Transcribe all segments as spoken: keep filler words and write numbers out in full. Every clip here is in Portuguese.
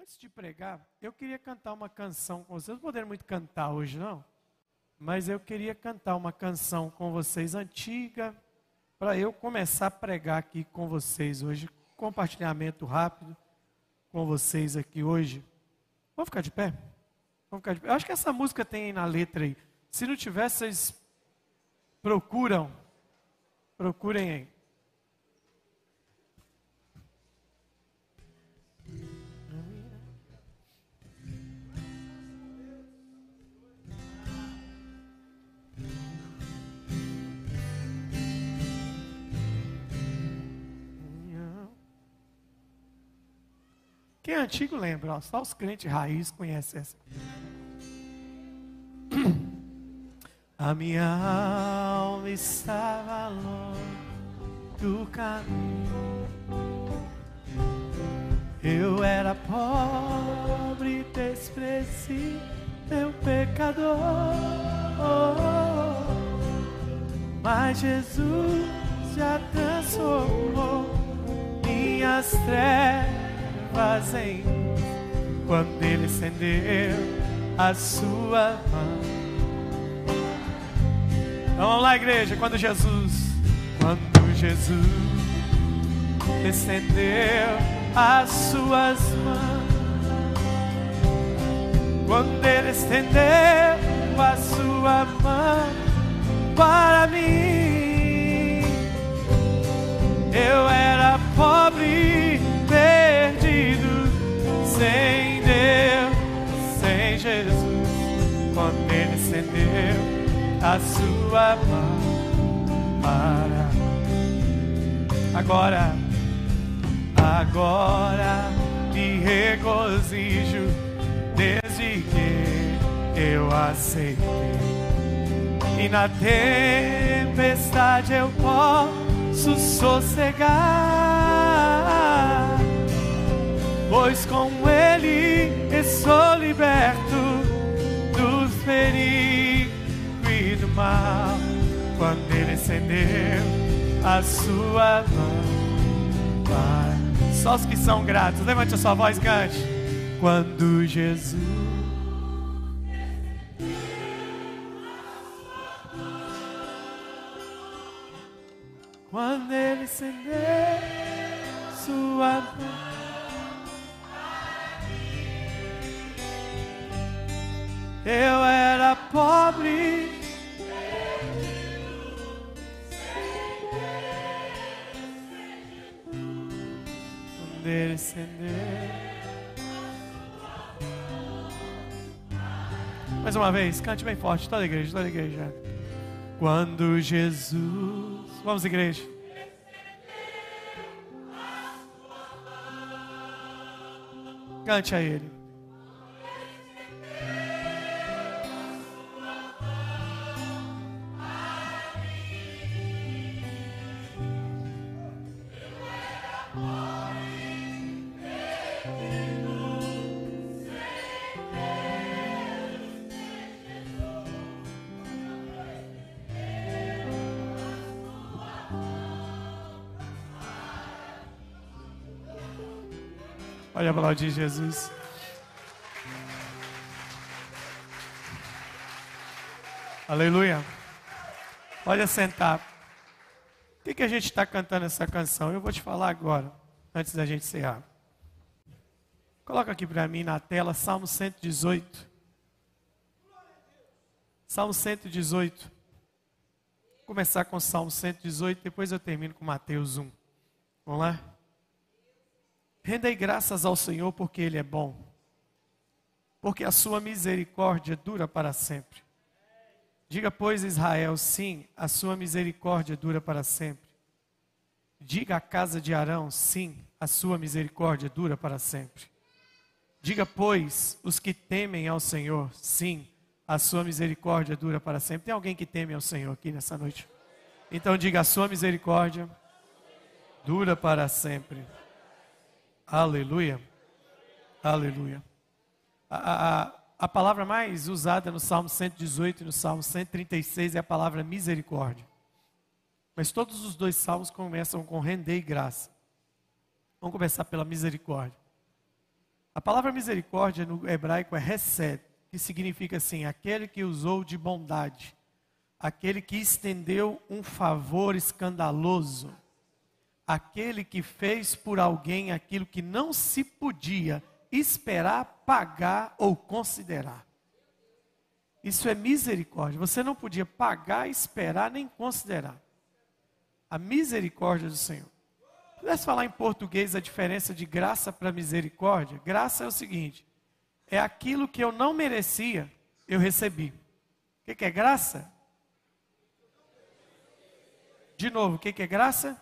Antes de pregar, eu queria cantar uma canção com vocês. Não poderam muito cantar hoje, não? Mas eu queria cantar uma canção com vocês antiga, para eu começar a pregar aqui com vocês hoje. Compartilhamento rápido com vocês aqui hoje. Vamos ficar de pé? Vamos ficar de pé. Eu acho que essa música tem aí na letra aí. Se não tiver, vocês procuram. Procurem aí. Quem é antigo lembra, ó, só os crentes raiz conhecem essa. A minha alma estava longe do caminho. Eu era pobre, desprezível, pecador. Mas Jesus já transformou minhas trevas em luz, quando Ele estendeu a sua mão. Vamos lá, igreja, quando Jesus, quando Jesus estendeu as suas mãos, quando Ele estendeu a sua mão para mim, eu era pobre, perdido, sem Deus, sem Jesus, quando Ele estendeu a sua mão para mim. Agora, agora me regozijo desde que eu aceitei, e na tempestade eu posso sossegar, pois com Ele eu sou liberto dos perigos e do mal, quando Ele estendeu a sua mão para... Só os que são gratos, levante a sua voz, cante. Quando Jesus Quando Ele estendeu sua mão, eu era pobre, quando Ele estendeu. Mais uma vez, cante bem forte, toda a igreja, toda a igreja. Quando Jesus, vamos, igreja. Cante a Ele. Olha a palavra de Jesus. Aleluia. Olha, sentar. Por que, que a gente está cantando essa canção? Eu vou te falar agora, antes da gente encerrar. Coloca aqui para mim na tela Salmo cento e dezoito. Salmo cento e dezoito. Vou começar com Salmo cento e dezoito, depois eu termino com Mateus um. Vamos lá? Rendei graças ao Senhor porque Ele é bom, porque a sua misericórdia dura para sempre. Diga, pois, Israel, sim, a sua misericórdia dura para sempre. Diga à casa de Arão, sim, a sua misericórdia dura para sempre. Diga, pois, os que temem ao Senhor, sim, a sua misericórdia dura para sempre. Tem alguém que teme ao Senhor aqui nessa noite? Então diga, a sua misericórdia dura para sempre. Aleluia, aleluia. A, a, a palavra mais usada no Salmo cento e dezoito e no Salmo cento e trinta e seis é a palavra misericórdia. Mas todos os dois salmos começam com render graça. Vamos começar pela misericórdia. A palavra misericórdia no hebraico é hesed, que significa assim, aquele que usou de bondade, aquele que estendeu um favor escandaloso, aquele que fez por alguém aquilo que não se podia esperar, pagar ou considerar. Isso é misericórdia. Você não podia pagar, esperar, nem considerar. A misericórdia do Senhor. Se pudesse falar em português a diferença de graça para misericórdia, graça é o seguinte, é aquilo que eu não merecia, eu recebi. O que, que é graça? De novo, o que, que é graça?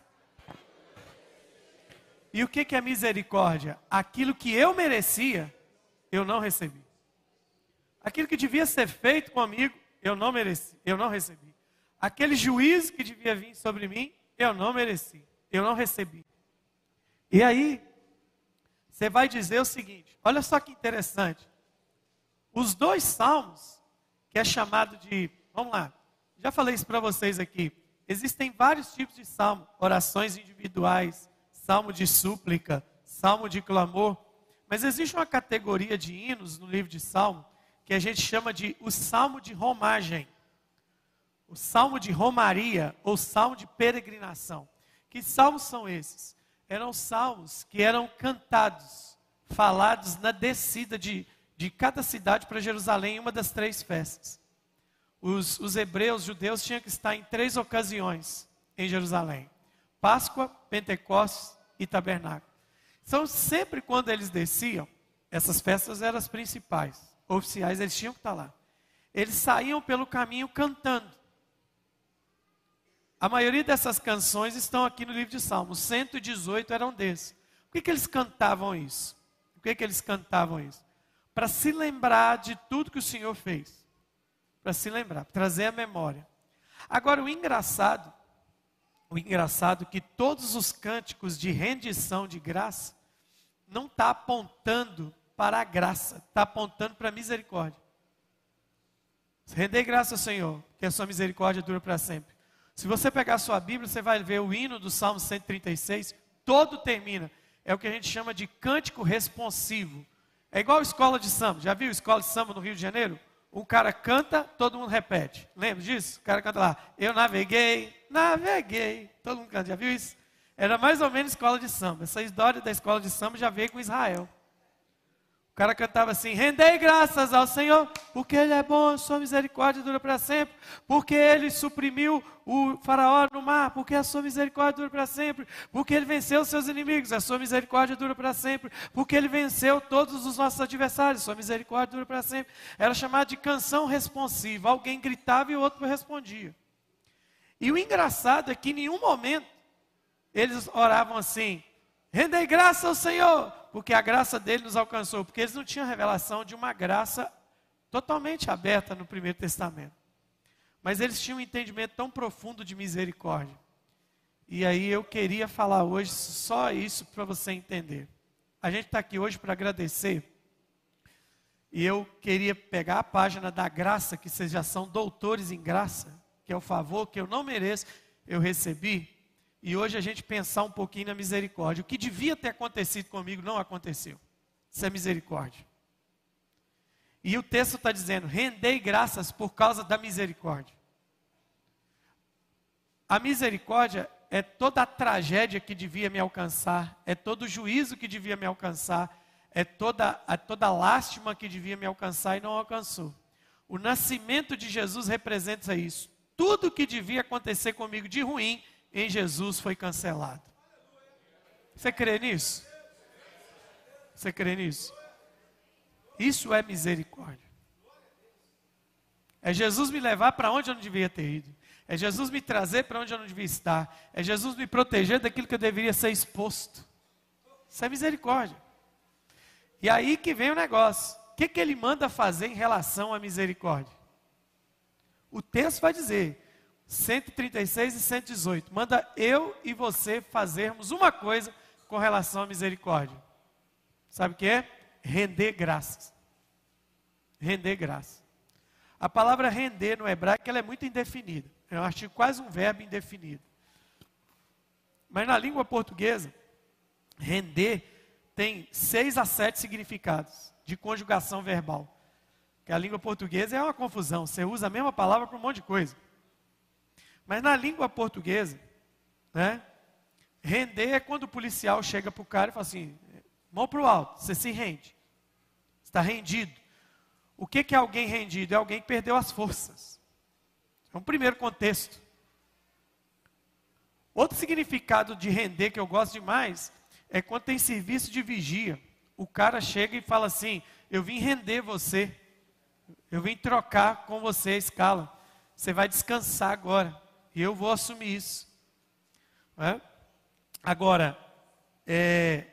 E o que, que é misericórdia? Aquilo que eu merecia, eu não recebi. Aquilo que devia ser feito comigo, eu não mereci, eu não recebi. Aquele juízo que devia vir sobre mim, eu não mereci, eu não recebi. E aí, você vai dizer o seguinte, olha só que interessante. Os dois salmos, que é chamado de, vamos lá, já falei isso para vocês aqui. Existem vários tipos de salmo, orações individuais, salmo de súplica, salmo de clamor. Mas existe uma categoria de hinos no livro de salmo, que a gente chama de o salmo de romagem. O salmo de romaria, ou salmo de peregrinação. Que salmos são esses? Eram salmos que eram cantados, falados na descida de, de cada cidade para Jerusalém, em uma das três festas. Os, os hebreus, judeus, tinham que estar em três ocasiões em Jerusalém. Páscoa, Pentecostes e Tabernáculo. Então, sempre quando eles desciam, essas festas eram as principais, oficiais, eles tinham que estar lá. Eles saíam pelo caminho cantando. A maioria dessas canções estão aqui no livro de Salmos. cento e dezoito eram desses. Por que, que eles cantavam isso? Por que, que eles cantavam isso? Para se lembrar de tudo que o Senhor fez. Para se lembrar, para trazer a memória. Agora, o engraçado, o engraçado é que todos os cânticos de rendição de graça não está apontando para a graça, está apontando para a misericórdia. Render graça ao Senhor, que a sua misericórdia dura para sempre. Se você pegar a sua Bíblia, você vai ver o hino do Salmo cento e trinta e seis, todo termina. É o que a gente chama de cântico responsivo. É igual escola de samba. Já viu escola de samba no Rio de Janeiro? Um cara canta, todo mundo repete. Lembra disso? O cara canta lá, eu naveguei, naveguei. Todo mundo canta, já viu isso? Era mais ou menos escola de samba. Essa história da escola de samba já veio com Israel. O cara cantava assim, rendei graças ao Senhor, porque Ele é bom, sua misericórdia dura para sempre, porque Ele suprimiu o faraó no mar, porque a sua misericórdia dura para sempre, porque Ele venceu os seus inimigos, a sua misericórdia dura para sempre, porque Ele venceu todos os nossos adversários, sua misericórdia dura para sempre. Era chamado de canção responsiva, alguém gritava e o outro respondia. E o engraçado é que em nenhum momento eles oravam assim, rendei graça ao Senhor, porque a graça dele nos alcançou, porque eles não tinham revelação de uma graça totalmente aberta no Primeiro Testamento. Mas eles tinham um entendimento tão profundo de misericórdia. E aí eu queria falar hoje só isso para você entender. A gente está aqui hoje para agradecer. E eu queria pegar a página da graça, que vocês já são doutores em graça, que é o favor que eu não mereço, eu recebi. E hoje a gente pensar um pouquinho na misericórdia. O que devia ter acontecido comigo não aconteceu. Isso é misericórdia. E o texto está dizendo, rendei graças por causa da misericórdia. A misericórdia é toda a tragédia que devia me alcançar, é todo o juízo que devia me alcançar, é toda, é toda a lástima que devia me alcançar e não alcançou. O nascimento de Jesus representa isso. Tudo que devia acontecer comigo de ruim, em Jesus foi cancelado. Você crê nisso? Você crê nisso? Isso é misericórdia. É Jesus me levar para onde eu não devia ter ido. É Jesus me trazer para onde eu não devia estar. É Jesus me proteger daquilo que eu deveria ser exposto. Isso é misericórdia. E aí que vem o negócio. O que, que ele manda fazer em relação à misericórdia? O texto vai dizer... cento e trinta e seis e cento e dezoito. Manda eu e você fazermos uma coisa com relação à misericórdia. Sabe o que é? Render graças. Render graças. A palavra render no hebraico ela é muito indefinida. É um artigo, quase um verbo indefinido. Mas na língua portuguesa, render tem seis a sete significados de conjugação verbal. Porque a língua portuguesa é uma confusão, você usa a mesma palavra para um monte de coisa. Mas na língua portuguesa, né, render é quando o policial chega para o cara e fala assim, mão para o alto, você se rende. Está rendido. O que, que é alguém rendido? É alguém que perdeu as forças. É um primeiro contexto. Outro significado de render que eu gosto demais é quando tem serviço de vigia. O cara chega e fala assim, eu vim render você. Eu vim trocar com você a escala. Você vai descansar agora. E eu vou assumir isso. É? Agora, é,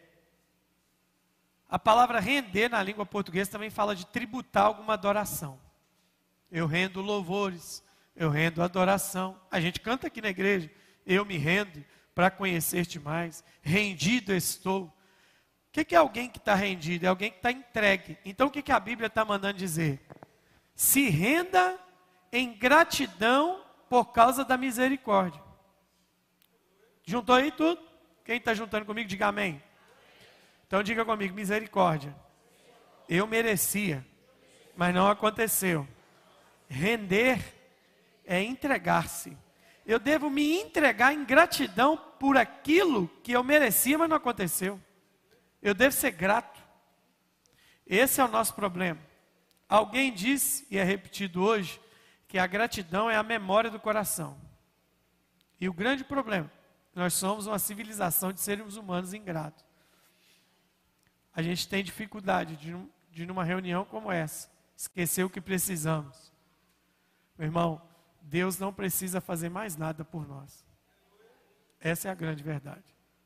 a palavra render na língua portuguesa também fala de tributar alguma adoração. Eu rendo louvores, eu rendo adoração. A gente canta aqui na igreja, eu me rendo para conhecer-te mais. Rendido estou. O que, que é alguém que está rendido? É alguém que está entregue. Então o que, que a Bíblia está mandando dizer? Se renda em gratidão por causa da misericórdia. Juntou aí tudo? Quem está juntando comigo, diga amém. Então diga comigo, misericórdia. Eu merecia, mas não aconteceu. Render é entregar-se. Eu devo me entregar em gratidão por aquilo que eu merecia, mas não aconteceu. Eu devo ser grato. Esse é o nosso problema. Alguém disse, e é repetido hoje, que a gratidão é a memória do coração. E o grande problema, nós somos uma civilização de seres humanos ingratos. A gente tem dificuldade de, de numa reunião como essa, esquecer o que precisamos. Meu irmão, Deus não precisa fazer mais nada por nós. Essa é a grande verdade.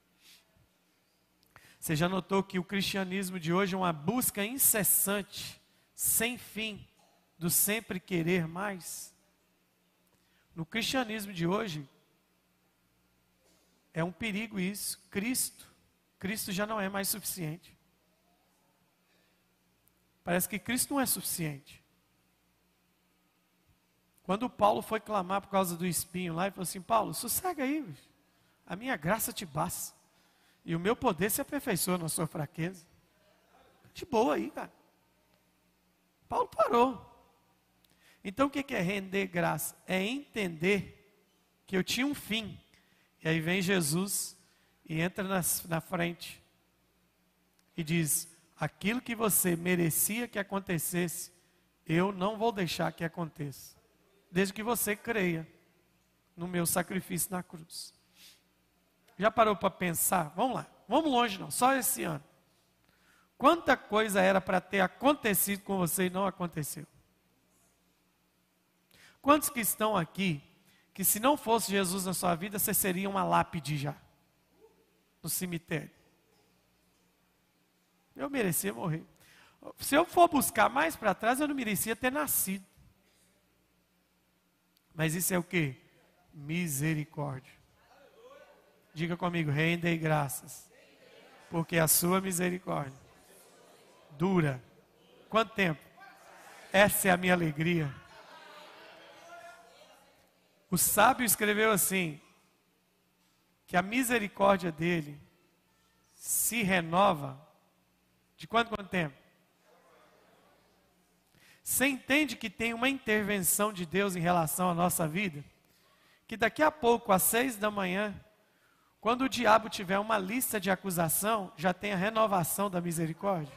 Você já notou que o cristianismo de hoje é uma busca incessante, sem fim, do sempre querer mais? No cristianismo de hoje, é um perigo isso. Cristo, Cristo já não é mais suficiente. Parece que Cristo não é suficiente. Quando Paulo foi clamar por causa do espinho lá, ele falou assim, Paulo, sossega aí, bicho. A minha graça te basta. E o meu poder se aperfeiçoa na sua fraqueza. De boa aí, cara. Paulo parou. Então o que é render graça? É entender que eu tinha um fim. E aí vem Jesus e entra na, na frente e diz, aquilo que você merecia que acontecesse, eu não vou deixar que aconteça. Desde que você creia no meu sacrifício na cruz. Já parou para pensar? Vamos lá, vamos longe não, só esse ano. Quanta coisa era para ter acontecido com você e não aconteceu? Quantos que estão aqui, que se não fosse Jesus na sua vida, você seria uma lápide já, no cemitério? Eu merecia morrer. Se eu for buscar mais para trás, eu não merecia ter nascido. Mas isso é o quê? Misericórdia. Diga comigo, rendei graças, porque a sua misericórdia dura. Quanto tempo? Essa é a minha alegria. O sábio escreveu assim, que a misericórdia dele se renova de quanto, quanto tempo? Você entende que tem uma intervenção de Deus em relação à nossa vida? Que daqui a pouco, às seis da manhã, quando o diabo tiver uma lista de acusação, já tem a renovação da misericórdia?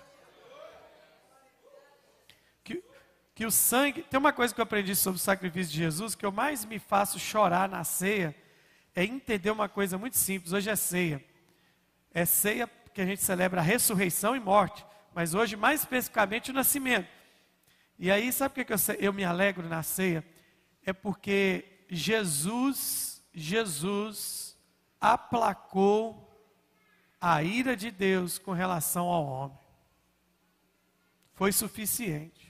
Que, que o sangue... Tem uma coisa que eu aprendi sobre o sacrifício de Jesus, que eu mais me faço chorar na ceia, é entender uma coisa muito simples. Hoje é ceia. É ceia porque a gente celebra a ressurreição e morte, mas hoje mais especificamente o nascimento. E aí, sabe por que eu, eu me alegro na ceia? É porque Jesus, Jesus aplacou a ira de Deus com relação ao homem. Foi suficiente.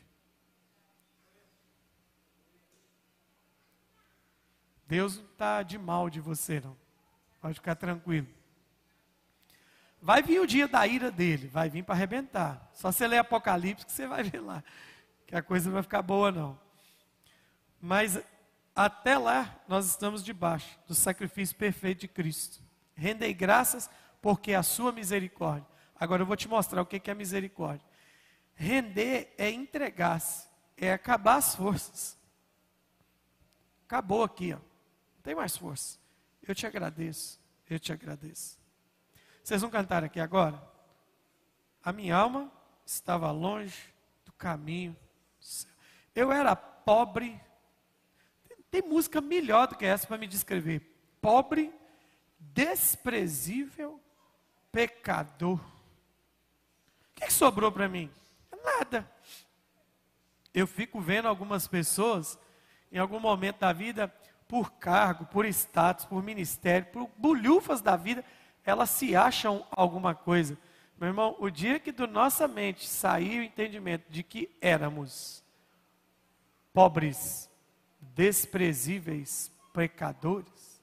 Deus não está de mal de você, não. Pode ficar tranquilo. Vai vir o dia da ira dele, vai vir para arrebentar. Só você ler Apocalipse que você vai ver lá. Que a coisa não vai ficar boa não. Mas até lá nós estamos debaixo do sacrifício perfeito de Cristo. Rendei graças porque a sua misericórdia. Agora eu vou te mostrar o que é misericórdia. Render é entregar-se, é acabar as forças. Acabou aqui, ó. Não tem mais força. Eu te agradeço, eu te agradeço. Vocês vão cantar aqui agora? A minha alma estava longe do caminho do céu. Eu era pobre. Tem música melhor do que essa para me descrever. Pobre, desprezível, pecador. O que sobrou para mim? Nada. Eu fico vendo algumas pessoas, em algum momento da vida, por cargo, por status, por ministério, por bulhufas da vida, elas se acham alguma coisa. Meu irmão, o dia que da nossa mente sair o entendimento de que éramos pobres, desprezíveis, pecadores,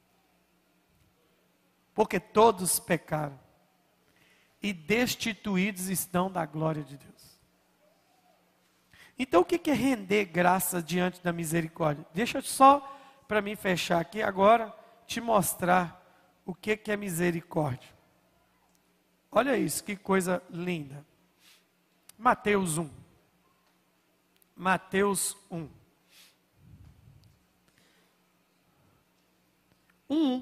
porque todos pecaram e destituídos estão da glória de Deus. Então o que é render graça diante da misericórdia? Deixa eu só, para mim fechar aqui agora, te mostrar o que é misericórdia. Olha isso, que coisa linda. Mateus um. Mateus um. um.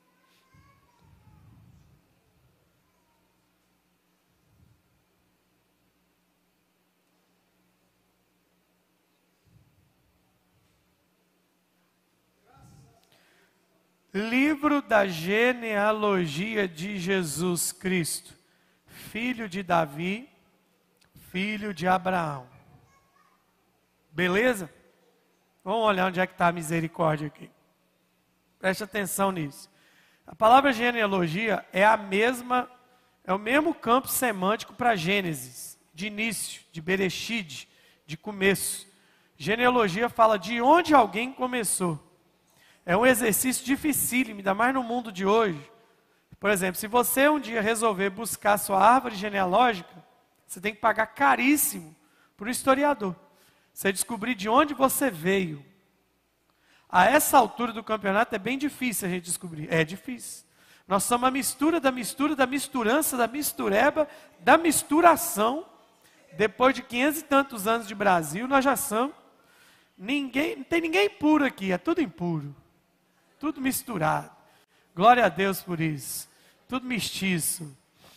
Livro da genealogia de Jesus Cristo, filho de Davi, filho de Abraão. Beleza? Vamos olhar onde é que está a misericórdia aqui. Preste atenção nisso. A palavra genealogia é a mesma, é o mesmo campo semântico para Gênesis, de início, de Bereshit, de começo. Genealogia fala de onde alguém começou. É um exercício dificílimo, ainda mais no mundo de hoje. Por exemplo, se você um dia resolver buscar sua árvore genealógica, você tem que pagar caríssimo para o historiador. Você descobrir de onde você veio. A essa altura do campeonato é bem difícil a gente descobrir. É difícil. Nós somos a mistura da mistura, da misturança, da mistureba, da misturação. Depois de quinhentos e tantos anos de Brasil, nós já somos. Ninguém, não tem ninguém puro aqui, é tudo impuro. Tudo misturado. Glória a Deus por isso. Tudo mestiço.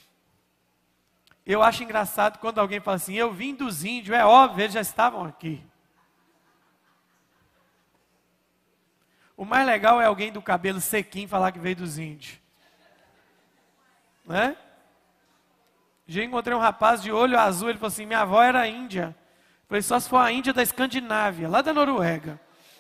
Eu acho engraçado quando alguém fala assim, eu vim dos índios. É óbvio, eles já estavam aqui. O mais legal é alguém do cabelo sequinho falar que veio dos índios. Né? Já encontrei um rapaz de olho azul, ele falou assim, minha avó era índia. Eu falei, só se for a Índia da Escandinávia, lá da Noruega.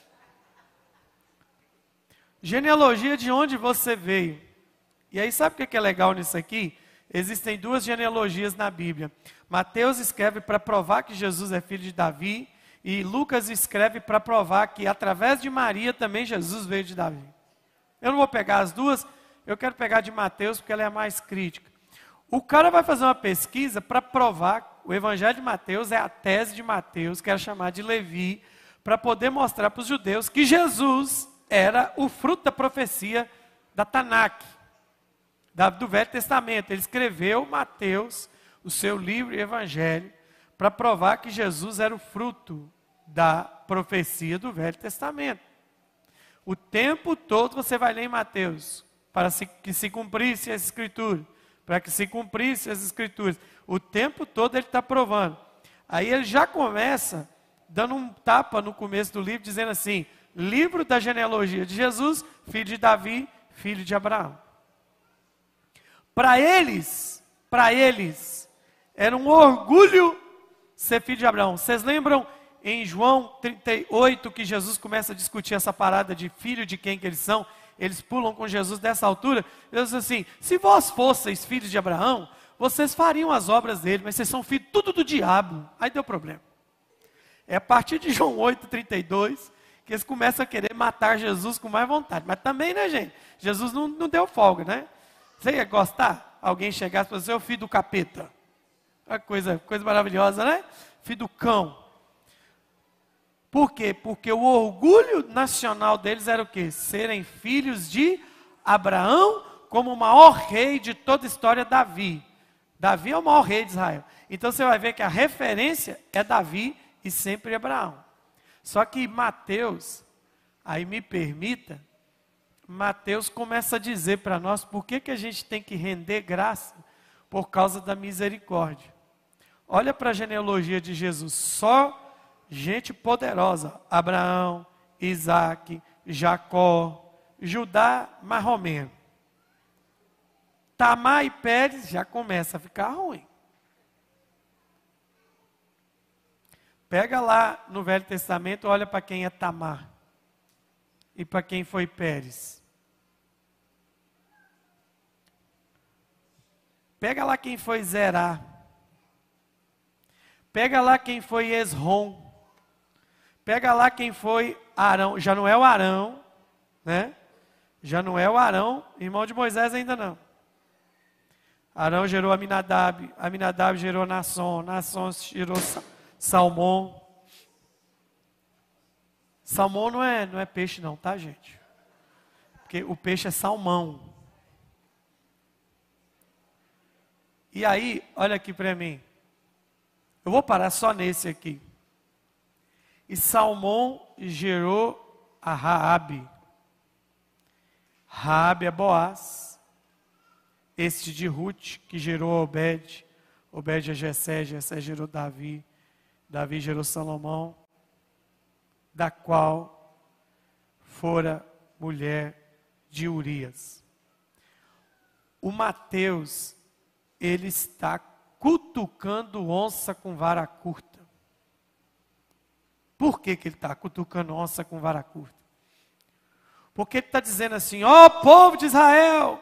Genealogia de onde você veio. E aí sabe o que é legal nisso aqui? Existem duas genealogias na Bíblia. Mateus escreve para provar que Jesus é filho de Davi. E Lucas escreve para provar que através de Maria também Jesus veio de Davi. Eu não vou pegar as duas, eu quero pegar de Mateus porque ela é a mais crítica. O cara vai fazer uma pesquisa para provar, o Evangelho de Mateus é a tese de Mateus, que era chamada de Levi, para poder mostrar para os judeus que Jesus era o fruto da profecia da Tanakh, da, do Velho Testamento. Ele escreveu Mateus, o seu livro e Evangelho, para provar que Jesus era o fruto da profecia do Velho Testamento. O tempo todo você vai ler em Mateus, para se, que se cumprisse as Escrituras, para que se cumprisse as Escrituras. O tempo todo ele está provando. Aí ele já começa dando um tapa no começo do livro, dizendo assim, livro da genealogia de Jesus, filho de Davi, filho de Abraão. Para eles, para eles, era um orgulho ser filho de Abraão. Vocês lembram em João trinta e oito que Jesus começa a discutir essa parada de filho de quem que eles são? Eles pulam com Jesus dessa altura. Eles dizem assim, se vós fosseis filhos de Abraão, vocês fariam as obras dele, mas vocês são filhos tudo do diabo. Aí deu problema. É a partir de João oito, trinta e dois, que eles começam a querer matar Jesus com mais vontade. Mas também, né, gente? Jesus não, não deu folga, né? Você ia gostar? Alguém chegasse e falasse, eu filho do capeta. Uma coisa, coisa maravilhosa, né? Filho do cão. Por quê? Porque o orgulho nacional deles era o quê? Serem filhos de Abraão, como o maior rei de toda a história, Davi. Davi é o maior rei de Israel. Então você vai ver que a referência é Davi e sempre Abraão. Só que Mateus, aí me permita, Mateus começa a dizer para nós por que, que a gente tem que render graça por causa da misericórdia. Olha para a genealogia de Jesus, só gente poderosa, Abraão, Isaac, Jacó, Judá, mais ou menos. Tamar e Pérez já começa a ficar ruim. Pega lá no Velho Testamento, olha para quem é Tamar e para quem foi Pérez. Pega lá quem foi Zerá. Pega lá quem foi Esrom. Pega lá quem foi Arão. Já não é o Arão, né? Já não é o Arão, irmão de Moisés ainda não. Arão gerou Aminadab, Aminadab gerou Nasson, Nasson gerou Salmão. Salmão não é, não é peixe não, tá, gente? Porque o peixe é salmão. E aí, olha aqui para mim. Eu vou parar só nesse aqui. E Salmão gerou a Raabe. Raabe é Boaz. Este de Ruth, que gerou Obed. Obed é Jessé, Jessé gerou Davi. Davi gerou Salomão, da qual fora mulher de Urias. O Mateus, ele está cutucando onça com vara curta. Por que, que ele está cutucando onça com vara curta? Porque ele está dizendo assim, ó povo de Israel,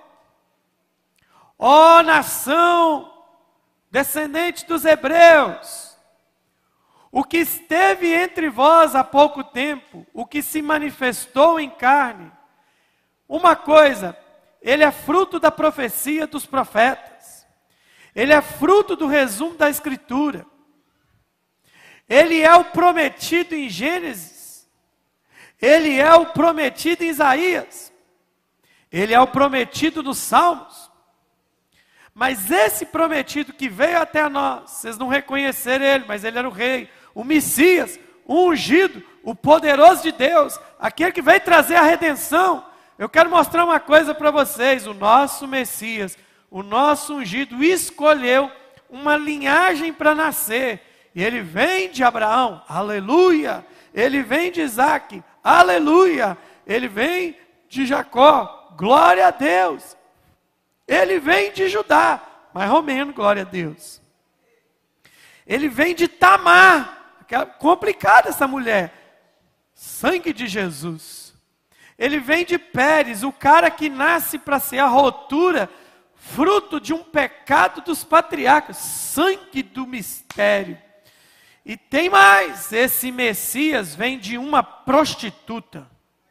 ó nação, descendente dos hebreus, o que esteve entre vós há pouco tempo, o que se manifestou em carne, uma coisa, ele é fruto da profecia dos profetas, ele é fruto do resumo da Escritura, ele é o prometido em Gênesis, ele é o prometido em Isaías, ele é o prometido nos Salmos, mas esse prometido que veio até nós, vocês não reconheceram ele, mas ele era o rei, o Messias, o ungido, o poderoso de Deus, aquele que veio trazer a redenção. Eu quero mostrar uma coisa para vocês, o nosso Messias, o nosso ungido escolheu uma linhagem para nascer, e ele vem de Abraão, aleluia, ele vem de Isaac, aleluia, ele vem de Jacó, glória a Deus, ele vem de Judá, mais ou menos, glória a Deus, ele vem de Tamar, complicada essa mulher, sangue de Jesus, ele vem de Pérez, o cara que nasce para ser a rotura, fruto de um pecado dos patriarcas, sangue do mistério, e tem mais, esse Messias vem de uma prostituta,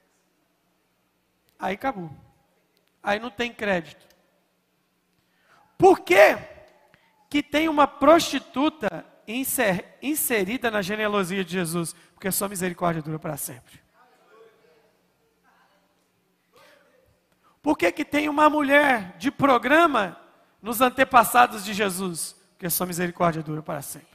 aí acabou, aí não tem crédito. Por que que tem uma prostituta inser, inserida na genealogia de Jesus? Porque sua misericórdia dura para sempre. Por que que tem uma mulher de programa nos antepassados de Jesus? Porque sua misericórdia dura para sempre.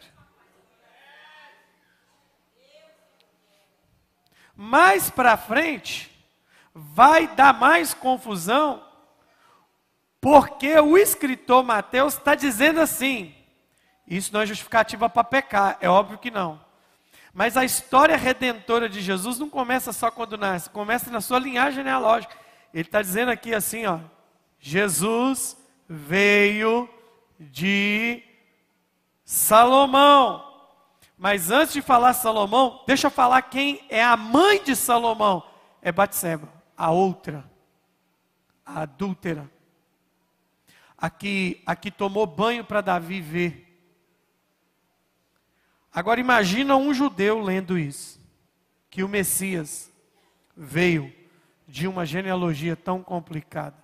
Mais para frente, vai dar mais confusão, porque o escritor Mateus está dizendo assim, isso não é justificativa para pecar, é óbvio que não. Mas a história redentora de Jesus não começa só quando nasce, começa na sua linhagem genealógica. Ele está dizendo aqui assim, ó, Jesus veio de Salomão. Mas antes de falar Salomão, deixa eu falar quem é a mãe de Salomão. É Batseba, a outra, a adúltera. A que, a que tomou banho para Davi ver. Agora imagina um judeu lendo isso. Que o Messias veio de uma genealogia tão complicada.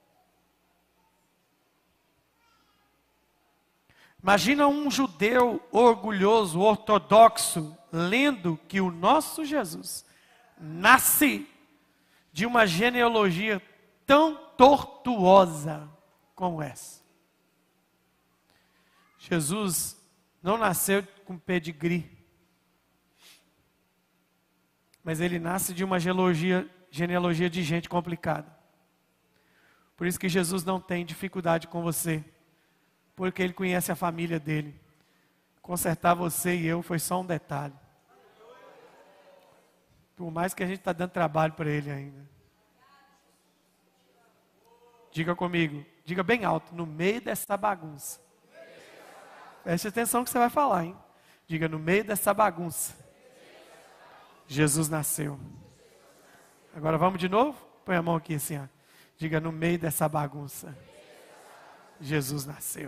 Imagina um judeu orgulhoso, ortodoxo, lendo que o nosso Jesus nasce de uma genealogia tão tortuosa como essa. Jesus não nasceu com pedigree, mas ele nasce de uma genealogia, genealogia de gente complicada. Por isso que Jesus não tem dificuldade com você, porque ele conhece a família dele. Consertar você e eu foi só um detalhe. Por mais que a gente está dando trabalho para ele ainda. Diga comigo, diga bem alto, no meio dessa bagunça. Preste atenção no que você vai falar, hein? Diga, no meio dessa bagunça, Jesus nasceu. Agora vamos de novo? Põe a mão aqui assim, ó. Diga, no meio dessa bagunça, Jesus nasceu.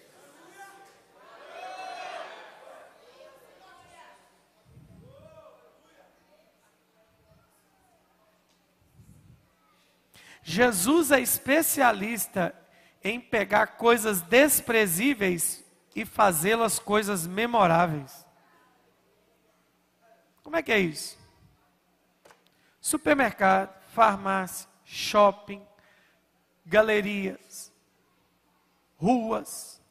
Jesus é especialista em pegar coisas desprezíveis e fazê-las coisas memoráveis. Como é que é isso? Supermercado, farmácia, shopping, galerias, ruas.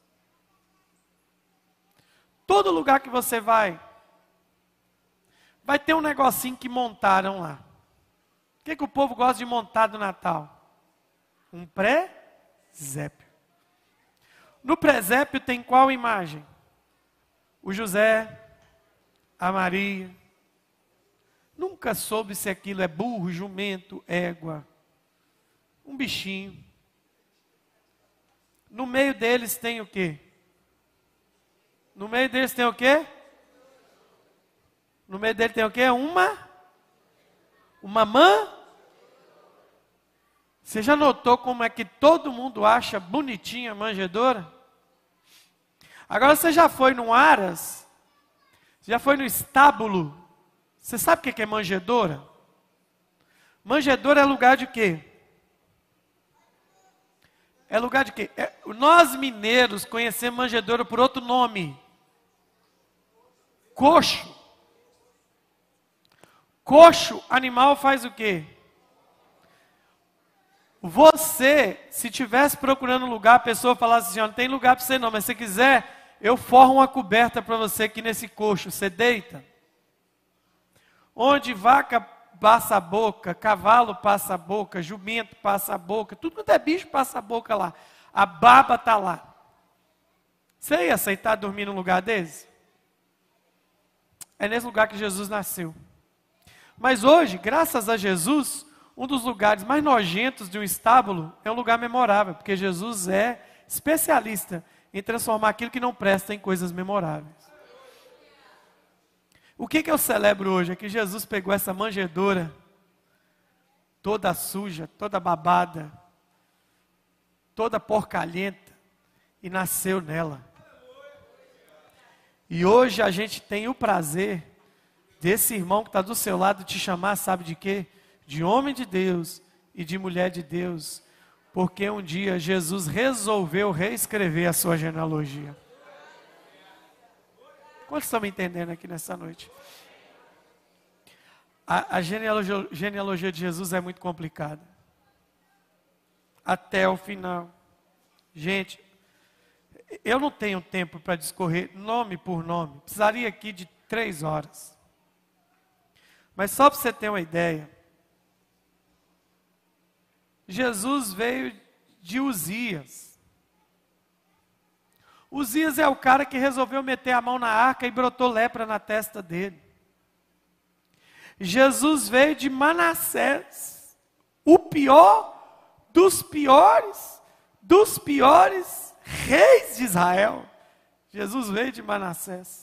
Todo lugar que você vai, vai ter um negocinho que montaram lá. O que, que o povo gosta de montar do Natal? Um presépio. No presépio tem qual imagem? O José, a Maria. Nunca soube se aquilo é burro, jumento, égua. Um bichinho. No meio deles tem o quê? No meio deles tem o quê? No meio dele tem o quê? Uma? Uma mã? Você já notou como é que todo mundo acha bonitinha a manjedoura? Agora você já foi no Aras? Já foi no estábulo? Você sabe o que é manjedoura? Manjedoura é lugar de quê? É lugar de quê? É, nós mineiros conhecemos manjedoura por outro nome. Coxo. Coxo, animal faz o quê? Você, se tivesse procurando um lugar, a pessoa falasse assim, ó, não tem lugar para você não, mas se você quiser, eu forro uma coberta para você aqui nesse coxo, você deita. Onde vaca passa a boca, cavalo passa a boca, jumento passa a boca, tudo quanto é bicho passa a boca lá. A baba está lá. Você ia aceitar dormir num lugar desse? É nesse lugar que Jesus nasceu. Mas hoje, graças a Jesus, um dos lugares mais nojentos de um estábulo é um lugar memorável, porque Jesus é especialista em transformar aquilo que não presta em coisas memoráveis. O que, que eu celebro hoje? É que Jesus pegou essa manjedoura, toda suja, toda babada, toda porcalhenta, e nasceu nela. E hoje a gente tem o prazer desse irmão que está do seu lado te chamar, sabe de quê? De homem de Deus e de mulher de Deus, porque um dia Jesus resolveu reescrever a sua genealogia. Quantos estão me entendendo aqui nessa noite? A, a genealogia, genealogia de Jesus é muito complicada. Até o final. Gente, eu não tenho tempo para discorrer nome por nome. Precisaria aqui de três horas. Mas só para você ter uma ideia. Jesus veio de Uzias. Uzias é o cara que resolveu meter a mão na arca e brotou lepra na testa dele. Jesus veio de Manassés, o pior dos piores, dos piores reis de Israel. Jesus veio de Manassés.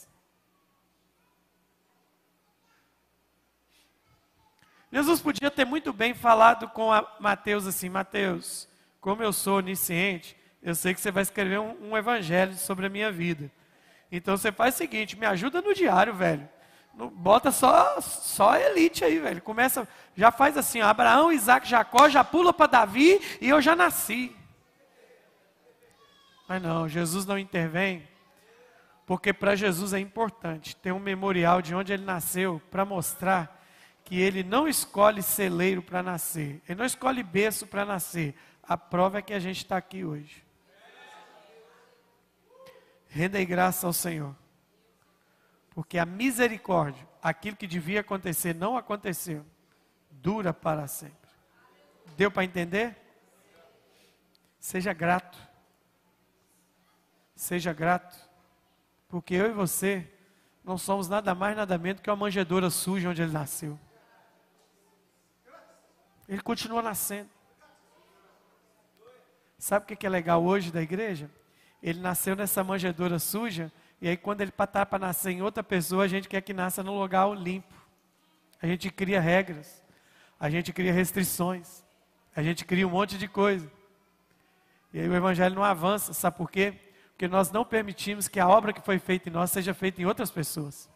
Jesus podia ter muito bem falado com a Mateus assim, Mateus, como eu sou onisciente, eu sei que você vai escrever um, um evangelho sobre a minha vida. Então você faz o seguinte, me ajuda no diário, velho. Não, bota só, só a elite aí, velho. Começa, já faz assim, ó, Abraão, Isaac, Jacó, já pula para Davi e eu já nasci. Mas não, Jesus não intervém, porque para Jesus é importante ter um memorial de onde ele nasceu, para mostrar que ele não escolhe celeiro para nascer, ele não escolhe berço para nascer. A prova é que a gente está aqui hoje. Rendei graça ao Senhor, porque a misericórdia, aquilo que devia acontecer, não aconteceu, dura para sempre. Deu para entender? Seja grato. Seja grato. Porque eu e você não somos nada mais, nada menos que uma manjedoura suja onde ele nasceu. Ele continua nascendo. Sabe o que é legal hoje da igreja? Ele nasceu nessa manjedoura suja, e aí quando ele está para nascer em outra pessoa, a gente quer que nasça num lugar limpo. A gente cria regras, a gente cria restrições, a gente cria um monte de coisa. E aí o evangelho não avança, sabe por quê? Porque nós não permitimos que a obra que foi feita em nós seja feita em outras pessoas.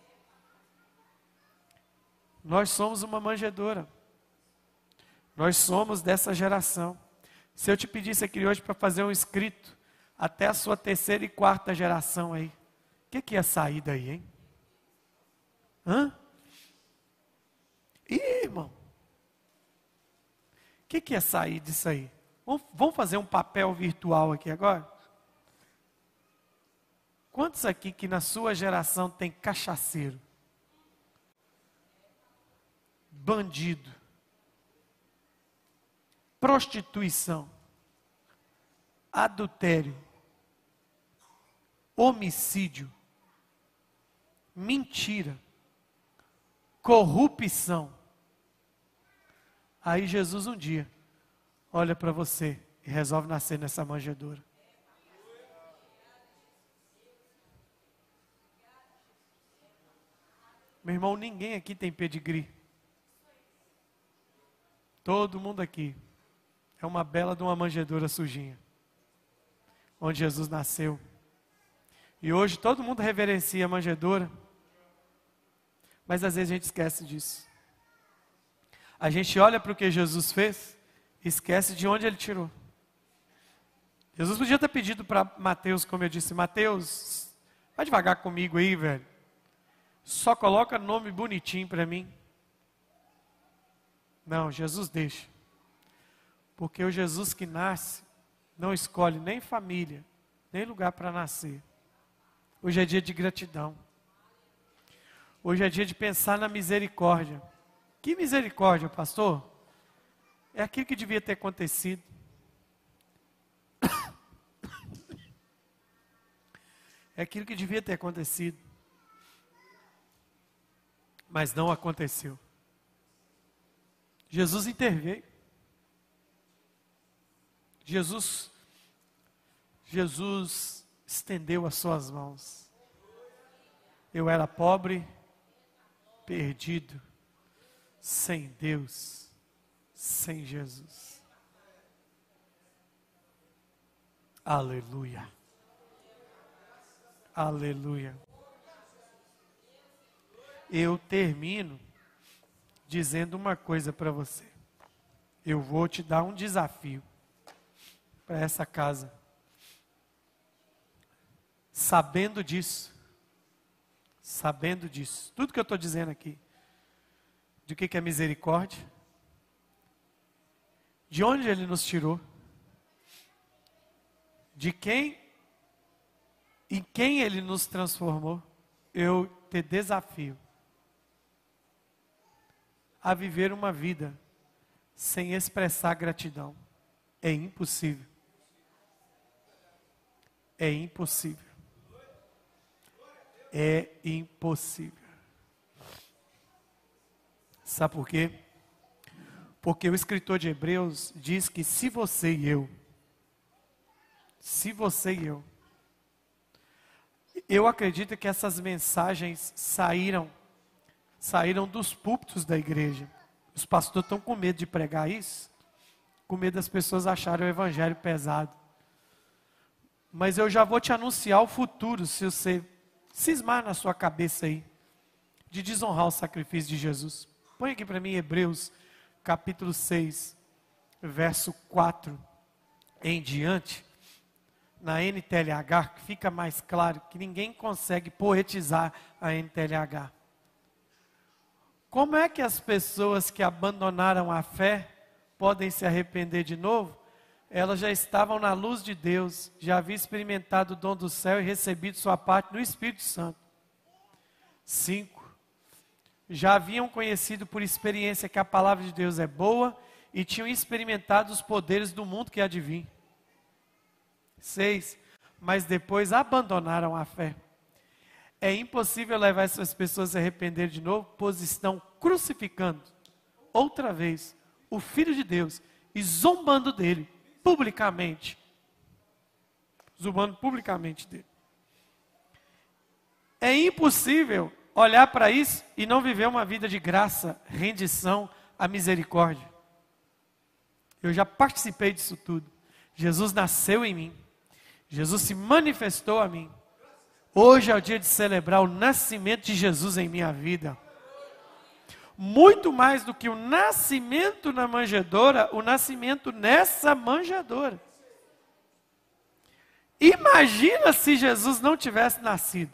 Nós somos uma manjedoura. Nós somos dessa geração. Se eu te pedisse aqui hoje para fazer um escrito até a sua terceira e quarta geração aí, o que, que ia sair daí, hein? Hã? Ih, irmão. O que, que ia sair disso aí? Vamos, vamos fazer um papel virtual aqui agora? Quantos aqui que na sua geração tem cachaceiro? Bandido? Prostituição? Adultério? Homicídio? Mentira? Corrupção? Aí Jesus um dia olha para você e resolve nascer nessa manjedoura. Meu irmão, ninguém aqui tem pedigree. Todo mundo aqui é uma bela de uma manjedoura sujinha, onde Jesus nasceu. E hoje todo mundo reverencia a manjedoura, mas às vezes a gente esquece disso. A gente olha para o que Jesus fez e esquece de onde ele tirou. Jesus podia ter pedido para Mateus, como eu disse, Mateus, vai devagar comigo aí, velho. Só coloca nome bonitinho para mim. Não, Jesus deixa. Porque o Jesus que nasce não escolhe nem família, nem lugar para nascer. Hoje é dia de gratidão. Hoje é dia de pensar na misericórdia. Que misericórdia, pastor? É aquilo que devia ter acontecido. É aquilo que devia ter acontecido. Mas não aconteceu. Jesus interveio. Jesus, Jesus estendeu as suas mãos. Eu era pobre, perdido, sem Deus, sem Jesus. Aleluia. Aleluia. Eu termino dizendo uma coisa para você. Eu vou te dar um desafio para essa casa. Sabendo disso, sabendo disso, tudo que eu estou dizendo aqui, de que, que é misericórdia, de onde Ele nos tirou, de quem, em quem Ele nos transformou, eu te desafio a viver uma vida sem expressar gratidão. É impossível. É impossível. É impossível. Sabe por quê? Porque o escritor de Hebreus diz que se você e eu, se você e eu, eu acredito que essas mensagens saíram saíram dos púlpitos da igreja. Os pastores estão com medo de pregar isso, com medo das pessoas acharem o evangelho pesado. Mas eu já vou te anunciar o futuro, se você cismar na sua cabeça aí, de desonrar o sacrifício de Jesus. Põe aqui para mim Hebreus, capítulo seis, verso quatro em diante, na N T L H, que fica mais claro que ninguém consegue poetizar a N T L H. Como é que as pessoas que abandonaram a fé podem se arrepender de novo? elas já estavam na luz de Deus, já haviam experimentado o dom do céu e recebido sua parte no Espírito Santo. Cinco, já haviam conhecido por experiência que a palavra de Deus é boa e tinham experimentado os poderes do mundo que há de vir. Seis, mas depois abandonaram a fé. É impossível levar essas pessoas a se arrepender de novo, pois estão crucificando outra vez o Filho de Deus e zombando dele publicamente. Zombando publicamente dele. É impossível olhar para isso e não viver uma vida de graça, rendição à misericórdia. Eu já participei disso tudo. Jesus nasceu em mim. Jesus se manifestou a mim. Hoje é o dia de celebrar o nascimento de Jesus em minha vida. Muito mais do que o nascimento na manjedoura, o nascimento nessa manjedoura. Imagina se Jesus não tivesse nascido.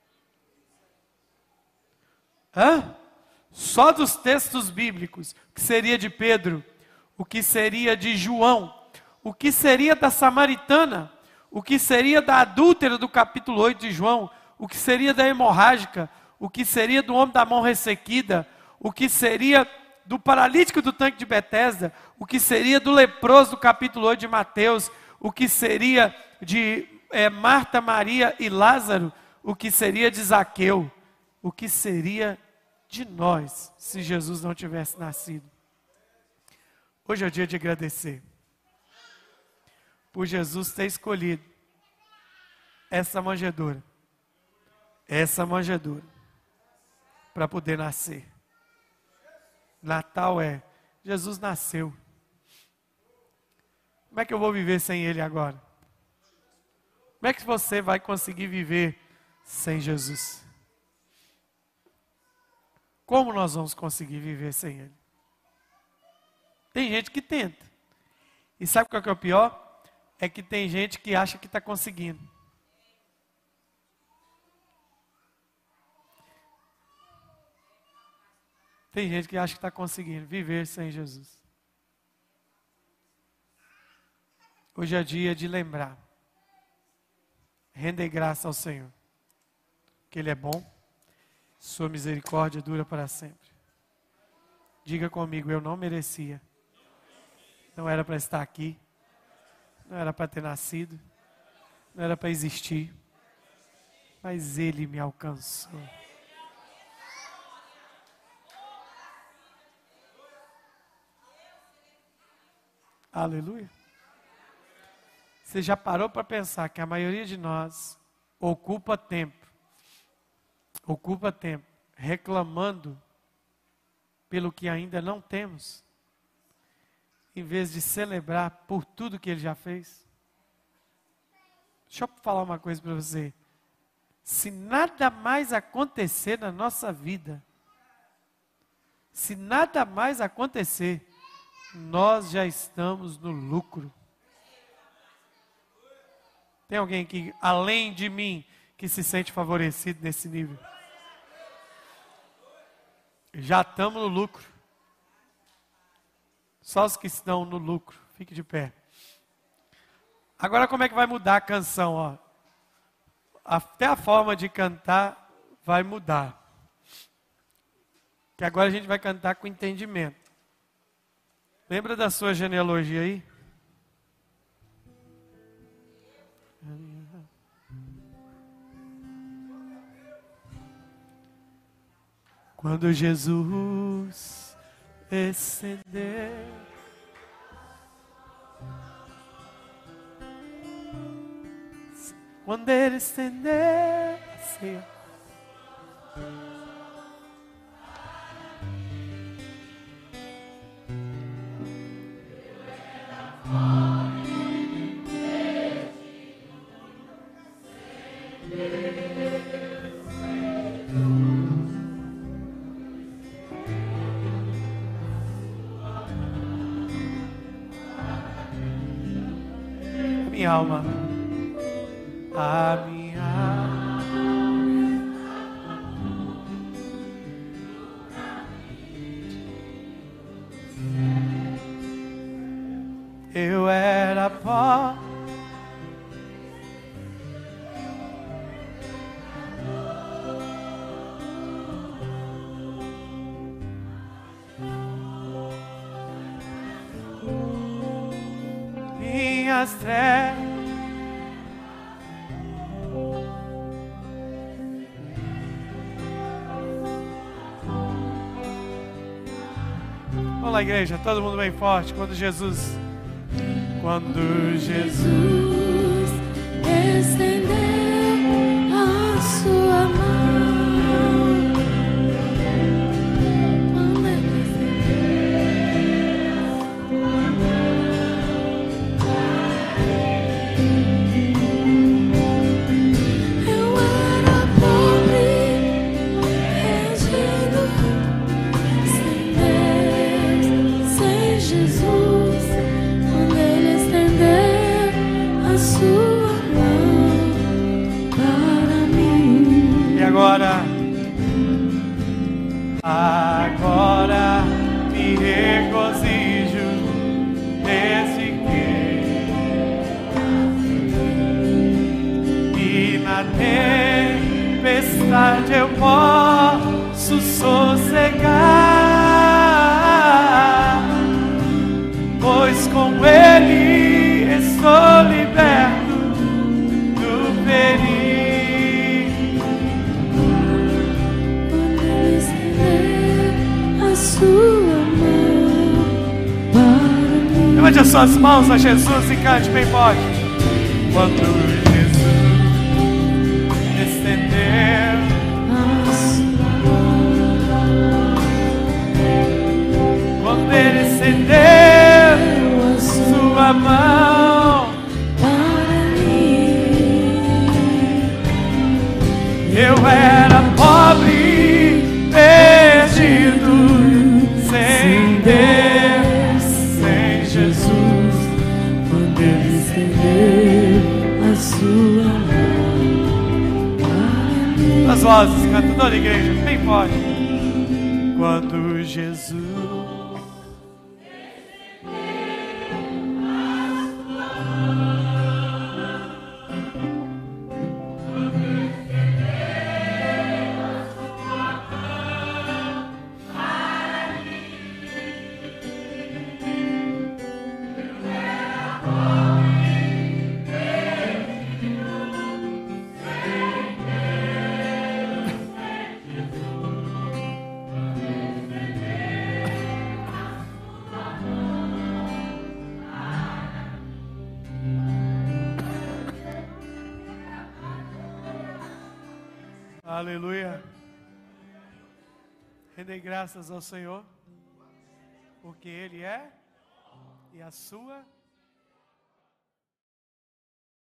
Hã? Só dos textos bíblicos, o que seria de Pedro, o que seria de João, o que seria da samaritana, o que seria da adúltera do capítulo oito de João, o que seria da hemorrágica, o que seria do homem da mão ressequida, o que seria do paralítico do tanque de Betesda, o que seria do leproso do capítulo oito de Mateus, o que seria de é, Marta, Maria e Lázaro, o que seria de Zaqueu, o que seria de nós se Jesus não tivesse nascido. Hoje é o dia de agradecer por Jesus ter escolhido essa manjedoura, essa manjedoura, para poder nascer. Natal é, Jesus nasceu. Como é que eu vou viver sem Ele agora? Como é que você vai conseguir viver sem Jesus? Como nós vamos conseguir viver sem Ele? Tem gente que tenta. E sabe qual que é o pior? É que tem gente que acha que está conseguindo. Tem gente que acha que está conseguindo viver sem Jesus. Hoje é dia de lembrar. Render graça ao Senhor. Que Ele é bom. Sua misericórdia dura para sempre. Diga comigo, eu não merecia. Não era para estar aqui. Não era para ter nascido. Não era para existir. Mas Ele me alcançou. Aleluia. Você já parou para pensar que a maioria de nós ocupa tempo, ocupa tempo reclamando pelo que ainda não temos, em vez de celebrar por tudo que Ele já fez? Deixa eu falar uma coisa para você. Se nada mais acontecer na nossa vida, se nada mais acontecer, nós já estamos no lucro. Tem alguém que, além de mim, que se sente favorecido nesse nível? Já estamos no lucro. Só os que estão no lucro. Fique de pé. Agora como é que vai mudar a canção? Ó? Até a forma de cantar vai mudar. Que agora a gente vai cantar com entendimento. Lembra da sua genealogia aí? Quando Jesus estender quando Ele estender a ceia, minha alma, a minha alma, eu era nas trevas. Vamos lá, igreja, todo mundo bem forte. Quando Jesus, quando Jesus estendeu a sua mão, quando ele estendeu a mão, eu era pobre, perdido, sem Deus, sem Jesus. Quando ele estendeu a sua mão para mim. E agora, agora me regozijo desde que e na tempestade eu posso sossegar, pois com Ele estou liberto do perigo. Quando ele estendeu a sua mão para mim. Levante as suas mãos a Jesus e cante bem forte. Quando Jesus estendeu A sua mão, quando Ele estendeu a sua sua mão, para mim. eu era pobre, perdido, sem Deus, sem Jesus. Quando ele estendeu a sua mão para mim. As vozes, canta toda a igreja, bem forte. Quando Jesus aleluia. Rendei graças ao Senhor, porque Ele é e a sua